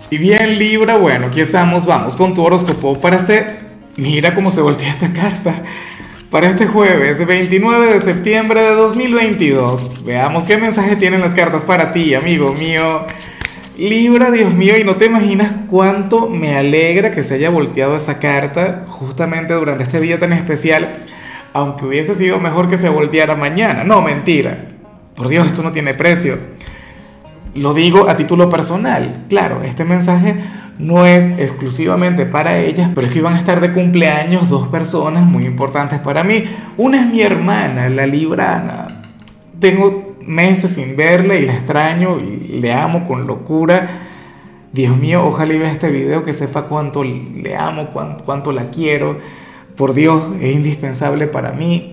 Y bien, Libra, bueno, aquí estamos, vamos con tu horóscopo para mira cómo se voltea esta carta, para este jueves 29 de septiembre de 2022. Veamos qué mensaje tienen las cartas para ti, amigo mío. Libra, Dios mío, y no te imaginas cuánto me alegra que se haya volteado esa carta justamente durante este día tan especial, aunque hubiese sido mejor que se volteara mañana. No, mentira. Por Dios, esto no tiene precio. Lo digo a título personal. Claro, este mensaje no es exclusivamente para ellas, pero es que iban a estar de cumpleaños dos personas muy importantes para mí. Una es mi hermana, la Librana. Tengo meses sin verla y la extraño y le amo con locura. Dios mío, ojalá y vea este video, que sepa cuánto le amo, cuánto la quiero. Por Dios, es indispensable para mí.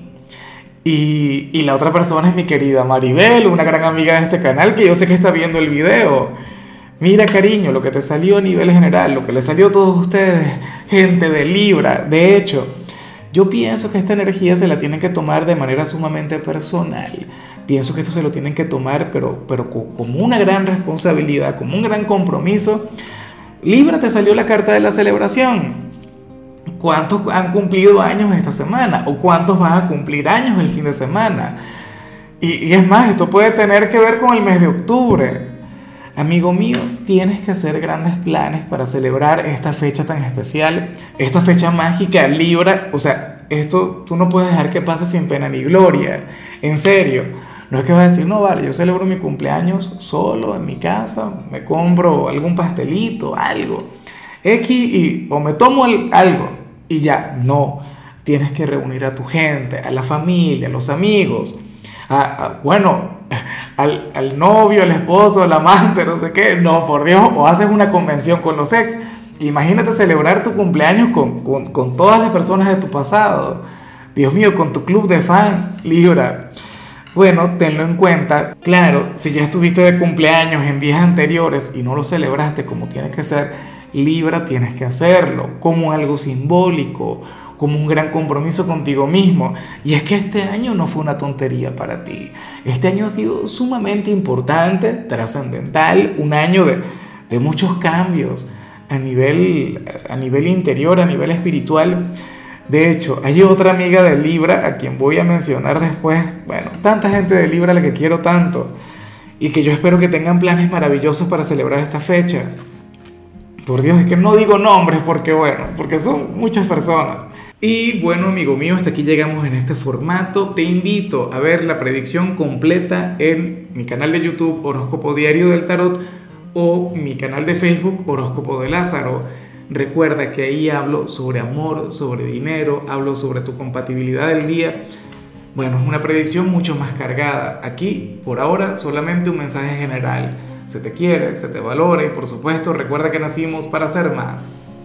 Y la otra persona es mi querida Maribel, una gran amiga de este canal que yo sé que está viendo el video. Mira, cariño, lo que te salió a nivel general, lo que le salió a todos ustedes, gente de Libra. De hecho, yo pienso que esta energía se la tienen que tomar de manera sumamente personal. Pienso que esto se lo tienen que tomar, pero como una gran responsabilidad, como un gran compromiso. Libra, te salió la carta de la celebración. ¿Cuántos han cumplido años esta semana? ¿O cuántos van a cumplir años el fin de semana? Y es más, esto puede tener que ver con el mes de octubre. Amigo mío, tienes que hacer grandes planes para celebrar esta fecha tan especial, esta fecha mágica, Libra. O sea, esto tú no puedes dejar que pase sin pena ni gloria. En serio. No es que vas a decir, no, vale, yo celebro mi cumpleaños solo en mi casa, me compro algún pastelito, algo. O me tomo algo y ya. No, tienes que reunir a tu gente, a la familia, a los amigos, bueno, al novio, al esposo, al amante, no sé qué. No, por Dios, o haces una convención con los ex. Imagínate celebrar tu cumpleaños con todas las personas de tu pasado. Dios mío, con tu club de fans, Libra. Bueno, tenlo en cuenta. Claro, si ya estuviste de cumpleaños en días anteriores y no lo celebraste como tiene que ser, Libra, tienes que hacerlo como algo simbólico, como un gran compromiso contigo mismo. Y es que este año no fue una tontería para ti. Este año ha sido sumamente importante, trascendental, un año de muchos cambios a nivel interior, a nivel espiritual. De hecho, hay otra amiga de Libra a quien voy a mencionar después. Bueno, tanta gente de Libra a la que quiero tanto y que yo espero que tengan planes maravillosos para celebrar esta fecha. Por Dios, es que no digo nombres porque son muchas personas. Y bueno, amigo mío, hasta aquí llegamos en este formato. Te invito a ver la predicción completa en mi canal de YouTube Horóscopo Diario del Tarot o mi canal de Facebook Horóscopo de Lázaro. Recuerda que ahí hablo sobre amor, sobre dinero, hablo sobre tu compatibilidad del día. Bueno, es una predicción mucho más cargada. Aquí, por ahora, solamente un mensaje general. Se te quiere, se te valora y por supuesto recuerda que nacimos para ser más.